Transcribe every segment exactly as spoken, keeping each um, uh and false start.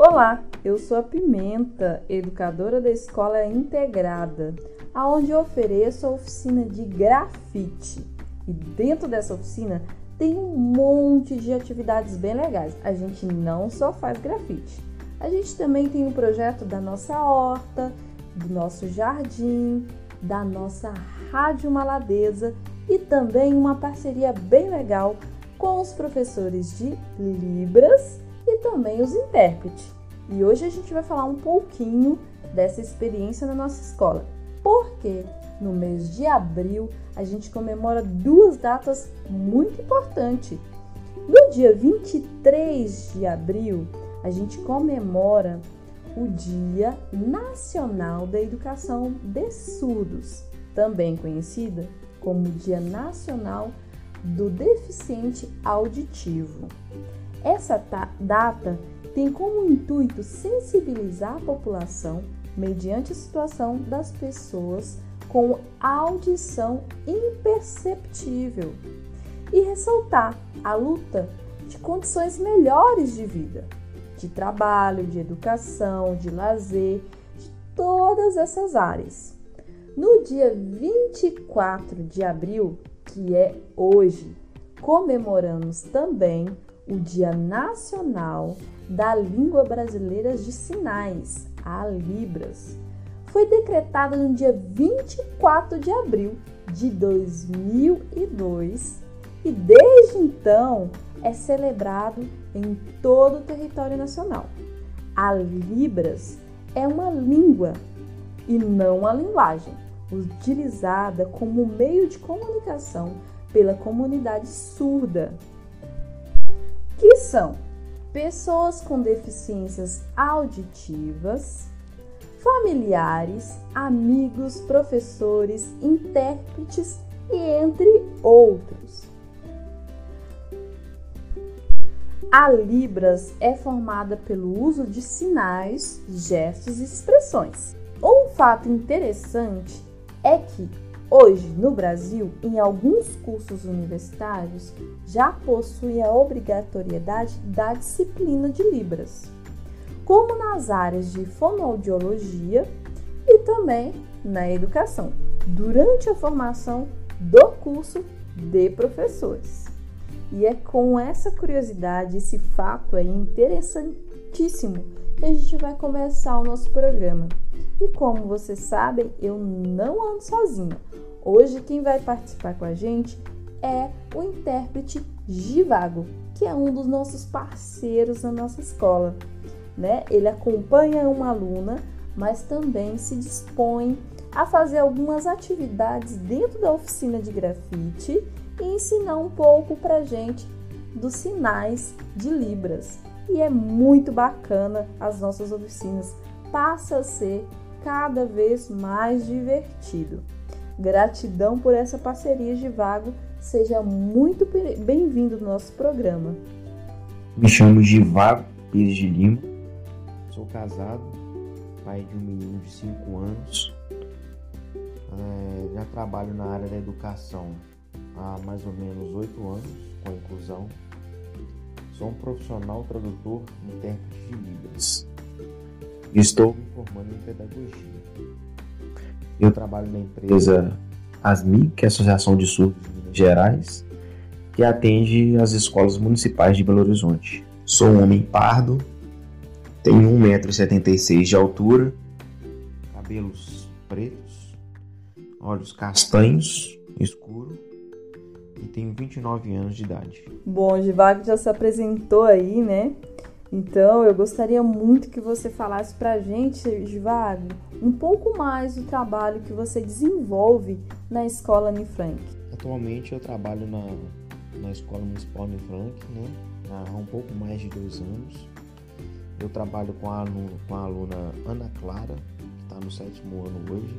Olá, eu sou a Pimenta, educadora da Escola Integrada, onde ofereço a oficina de grafite. E dentro dessa oficina tem um monte de atividades bem legais. A gente não só faz grafite, a gente também tem um projeto da nossa horta, do nosso jardim, da nossa Rádio Maladeza e também uma parceria bem legal com os professores de Libras e também os intérpretes. E hoje a gente vai falar um pouquinho dessa experiência na nossa escola, porque no mês de abril a gente comemora duas datas muito importantes. No dia vinte e três de abril, a gente comemora o Dia Nacional da Educação de Surdos, também conhecida como Dia Nacional do Deficiente Auditivo. Essa data tem como intuito sensibilizar a população mediante a situação das pessoas com audição imperceptível e ressaltar a luta de condições melhores de vida, de trabalho, de educação, de lazer, de todas essas áreas. No dia vinte e quatro de abril, que é hoje, comemoramos também o Dia Nacional da Língua Brasileira de Sinais, a Libras. Foi decretada no dia vinte e quatro de abril de dois mil e dois e desde então é celebrado em todo o território nacional. A Libras é uma língua e não a linguagem, utilizada como meio de comunicação pela comunidade surda, que são pessoas com deficiências auditivas, familiares, amigos, professores, intérpretes e entre outros. A Libras é formada pelo uso de sinais, gestos e expressões. Um fato interessante é que hoje no Brasil, em alguns cursos universitários, já possui a obrigatoriedade da disciplina de Libras, como nas áreas de fonoaudiologia e também na educação, durante a formação do curso de professores. E é com essa curiosidade, esse fato aí interessantíssimo, que a gente vai começar o nosso programa. E como vocês sabem, eu não ando sozinha. Hoje quem vai participar com a gente é o intérprete Givago, que é um dos nossos parceiros na nossa escola, né? Ele acompanha uma aluna, mas também se dispõe a fazer algumas atividades dentro da oficina de grafite e ensinar um pouco pra gente dos sinais de Libras. E é muito bacana as nossas oficinas, passa a ser cada vez mais divertido. Gratidão por essa parceria, Givago, seja muito bem-vindo no nosso programa. Me chamo Givago Pires de Lima, sou casado, pai de um menino de cinco anos, é, já trabalho na área da educação há mais ou menos oito anos, com inclusão. Sou um profissional tradutor e intérprete de Libras. Estou me formando em pedagogia. Eu trabalho na empresa ASMI, que é a Associação de Surdos de Minas Gerais, que atende as escolas municipais de Belo Horizonte. Sou um homem pardo, tenho um metro e setenta e seis de altura, cabelos pretos, olhos castanhos, escuro, e tenho vinte e nove anos de idade. Bom, o Givago já se apresentou aí, né? Então, eu gostaria muito que você falasse pra gente, Givago, um pouco mais do trabalho que você desenvolve na Escola Anne Frank. Atualmente eu trabalho na, na Escola Municipal Anne Frank, né? Há um pouco mais de dois anos. Eu trabalho com a aluna, com a aluna Ana Clara, que está no sétimo ano hoje.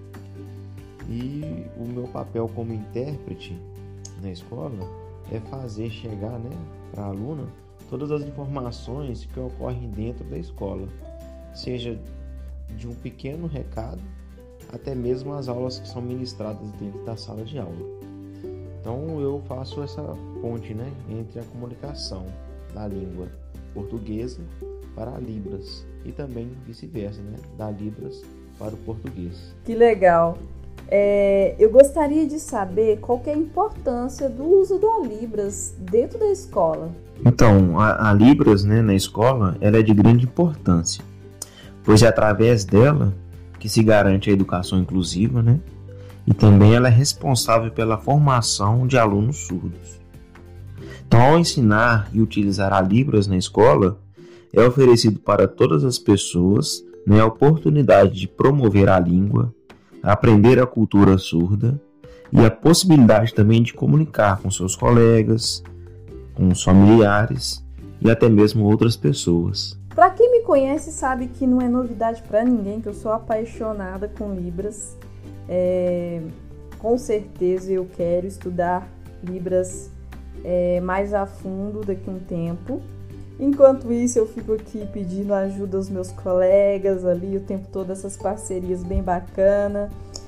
E o meu papel como intérprete na escola é fazer chegar, né, para a aluna todas as informações que ocorrem dentro da escola, seja de um pequeno recado até mesmo as aulas que são ministradas dentro da sala de aula. Então eu faço essa ponte, né, entre a comunicação da língua portuguesa para Libras e também vice-versa, né? Da Libras para o português. Que legal! É, eu gostaria de saber qual que é a importância do uso da Libras dentro da escola. Então, a, a Libras, né, na escola, ela é de grande importância, pois é através dela que se garante a educação inclusiva, né? E também ela é responsável pela formação de alunos surdos. Então, ao ensinar e utilizar a Libras na escola, é oferecido para todas as pessoas, né, a oportunidade de promover a língua, aprender a cultura surda e a possibilidade também de comunicar com seus colegas, com os familiares e até mesmo outras pessoas. Para quem me conhece sabe que não é novidade para ninguém que eu sou apaixonada com Libras. É, com certeza eu quero estudar Libras é, mais a fundo daqui a um tempo. Enquanto isso, eu fico aqui pedindo ajuda aos meus colegas ali, o tempo todo, essas parcerias bem bacanas,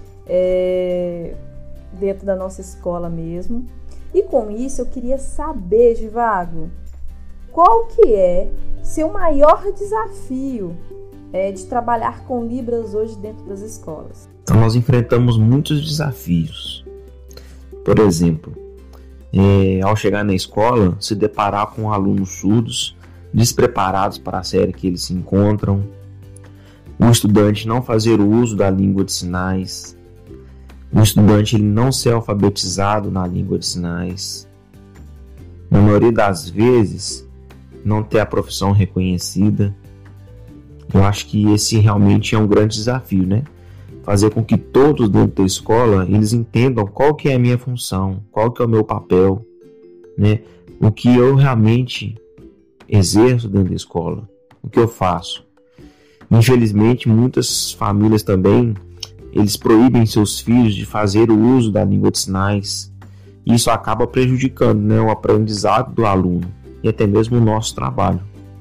é, dentro da nossa escola mesmo. E com isso, eu queria saber, Givago, qual que é seu maior desafio é, de trabalhar com Libras hoje dentro das escolas? Então, nós enfrentamos muitos desafios. Por exemplo, é, ao chegar na escola, se deparar com alunos surdos, despreparados para a série que eles se encontram, o estudante não fazer uso da língua de sinais, o estudante ele não ser alfabetizado na língua de sinais, na maioria das vezes, não ter a profissão reconhecida. Eu acho que esse realmente é um grande desafio, né? Fazer com que todos dentro da escola, eles entendam qual que é a minha função, qual que é o meu papel, né? O que eu realmente exerço dentro da escola, o que eu faço. Infelizmente, muitas famílias também, eles proíbem seus filhos de fazer o uso da língua de sinais. Isso acaba prejudicando, né, o aprendizado do aluno e até mesmo o nosso trabalho.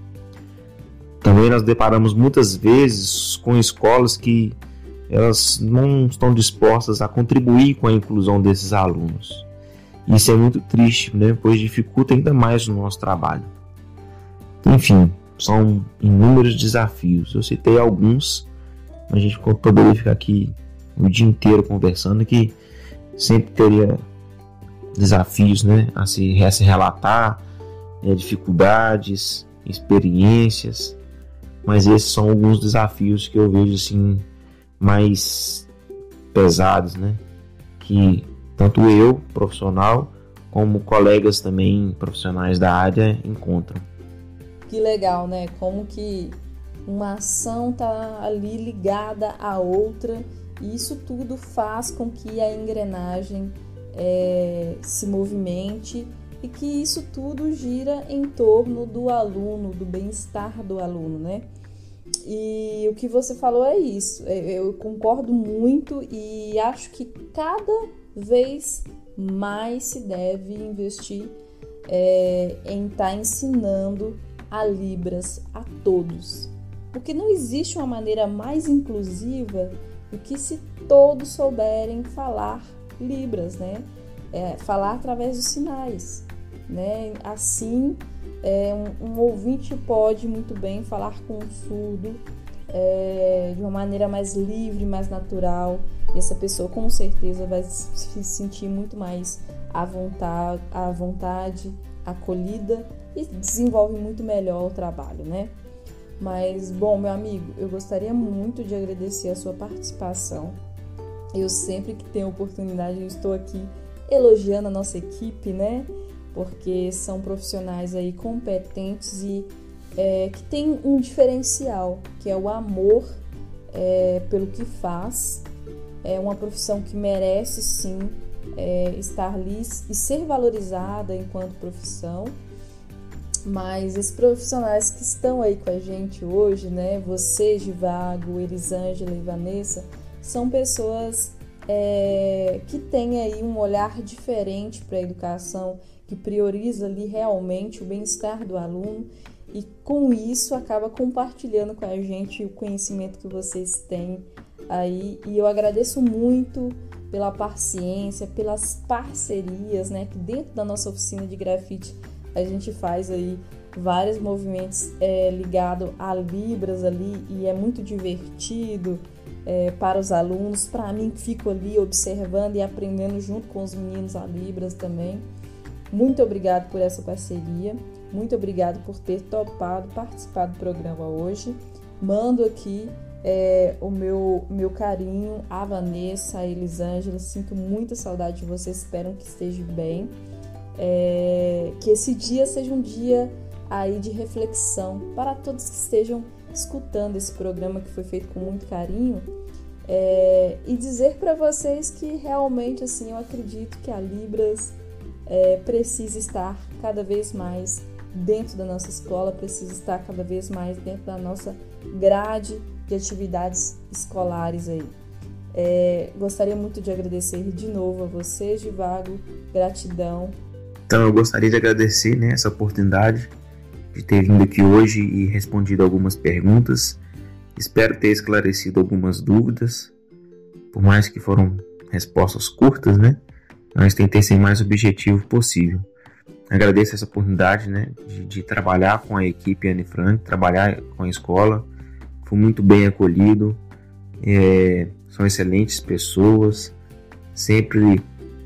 Também nós deparamos muitas vezes com escolas que elas não estão dispostas a contribuir com a inclusão desses alunos. Isso é muito triste, né? Pois dificulta ainda mais o nosso trabalho. Enfim, são inúmeros desafios. Eu citei alguns, a gente poderia ficar aqui o dia inteiro conversando, que sempre teria desafios, né? A se, a se relatar, né? Dificuldades, experiências, mas esses são alguns desafios que eu vejo assim mais pesados, né? Que tanto eu, profissional, como colegas também profissionais da área encontram. Que legal, né? Como que uma ação tá ali ligada à outra e isso tudo faz com que a engrenagem é, se movimente e que isso tudo gira em torno do aluno, do bem-estar do aluno, né? E o que você falou é isso, eu concordo muito e acho que cada vez mais se deve investir é, em estar tá ensinando a Libras a todos, porque não existe uma maneira mais inclusiva do que se todos souberem falar Libras, né? É, falar através dos sinais, né? Assim, é, um, um ouvinte pode muito bem falar com um surdo é, de uma maneira mais livre, mais natural, e essa pessoa com certeza vai se sentir muito mais à vontade, à vontade, acolhida e desenvolve muito melhor o trabalho, né? Mas, bom, meu amigo, eu gostaria muito de agradecer a sua participação. Eu sempre que tenho oportunidade, eu estou aqui elogiando a nossa equipe, né? Porque são profissionais aí competentes e é, que tem um diferencial, que é o amor é, pelo que faz. É uma profissão que merece, sim, é, estar ali e ser valorizada enquanto profissão. Mas esses profissionais que estão aí com a gente hoje, né? Você, Givago, Elisângela e Vanessa, são pessoas é, que têm aí um olhar diferente para a educação, que prioriza ali realmente o bem-estar do aluno e com isso acaba compartilhando com a gente o conhecimento que vocês têm aí. E eu agradeço muito pela paciência, pelas parcerias, né? Que dentro da nossa oficina de grafite a gente faz aí vários movimentos é, ligados a Libras ali, e é muito divertido é, para os alunos, para mim que fico ali observando e aprendendo junto com os meninos a Libras também. Muito obrigado por essa parceria, muito obrigado por ter topado participar do programa hoje. Mando aqui é, o meu, meu carinho à Vanessa, à Elisângela, sinto muita saudade de vocês, espero que esteja bem. É, que esse dia seja um dia aí de reflexão para todos que estejam escutando esse programa que foi feito com muito carinho, é, e dizer para vocês que realmente assim eu acredito que a Libras é, precisa estar cada vez mais dentro da nossa escola, precisa estar cada vez mais dentro da nossa grade de atividades escolares aí. É, gostaria muito de agradecer de novo a vocês, Givago, gratidão. Então eu gostaria de agradecer, né, essa oportunidade de ter vindo aqui hoje e respondido algumas perguntas. Espero ter esclarecido algumas dúvidas, por mais que foram respostas curtas, né? Mas tentei ser o mais objetivo possível. Agradeço essa oportunidade, né, de, de trabalhar com a equipe Anne Frank, trabalhar com a escola. Fui muito bem acolhido, é, são excelentes pessoas, sempre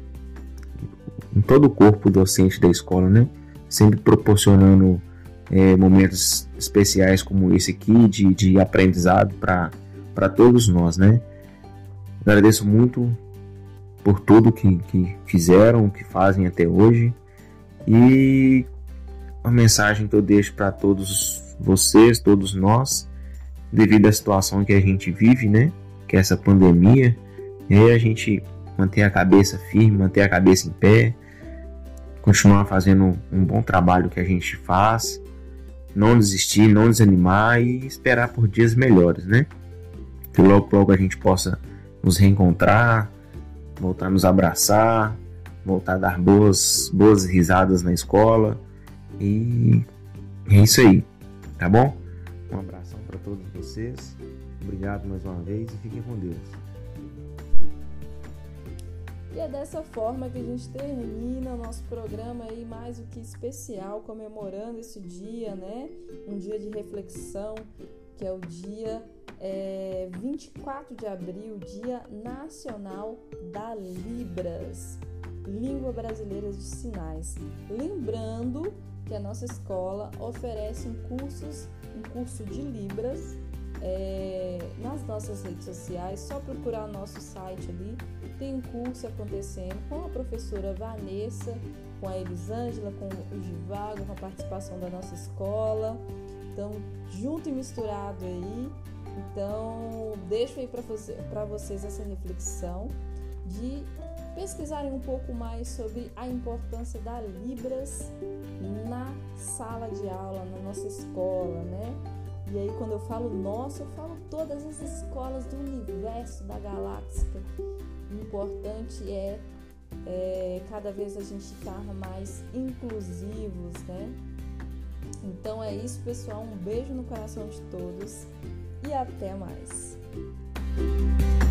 em todo o corpo docente da escola, né? Sempre proporcionando é, momentos especiais como esse aqui de, de aprendizado para todos nós, né? Agradeço muito por tudo que, que fizeram, que fazem até hoje, e a mensagem que eu deixo para todos vocês, todos nós, devido à situação que a gente vive, né? Que é essa pandemia, é a gente manter a cabeça firme, manter a cabeça em pé, continuar fazendo um bom trabalho que a gente faz, não desistir, não desanimar e esperar por dias melhores, né? Que logo logo a gente possa nos reencontrar, voltar a nos abraçar, voltar a dar boas, boas risadas na escola, e é isso aí, tá bom? Um abração para todos vocês, obrigado mais uma vez e fiquem com Deus. E é dessa forma que a gente termina o nosso programa aí, mais do que especial, comemorando esse dia, né? Um dia de reflexão, que é o dia é, vinte e quatro de abril, Dia Nacional da Libras, Língua Brasileira de Sinais. Lembrando que a nossa escola oferece um, cursos, um curso de Libras é, nas nossas redes sociais, só procurar o nosso site ali. Tem um curso acontecendo com a professora Vanessa, com a Elisângela, com o Givago, com a participação da nossa escola. Então, junto e misturado aí. Então, deixo aí para vocês essa reflexão de pesquisarem um pouco mais sobre a importância da Libras na sala de aula, na nossa escola, né? E aí, quando eu falo nossa, eu falo todas as escolas do universo, da galáxia. O importante é, é cada vez a gente estar mais inclusivos, né? Então é isso, pessoal. Um beijo no coração de todos e até mais.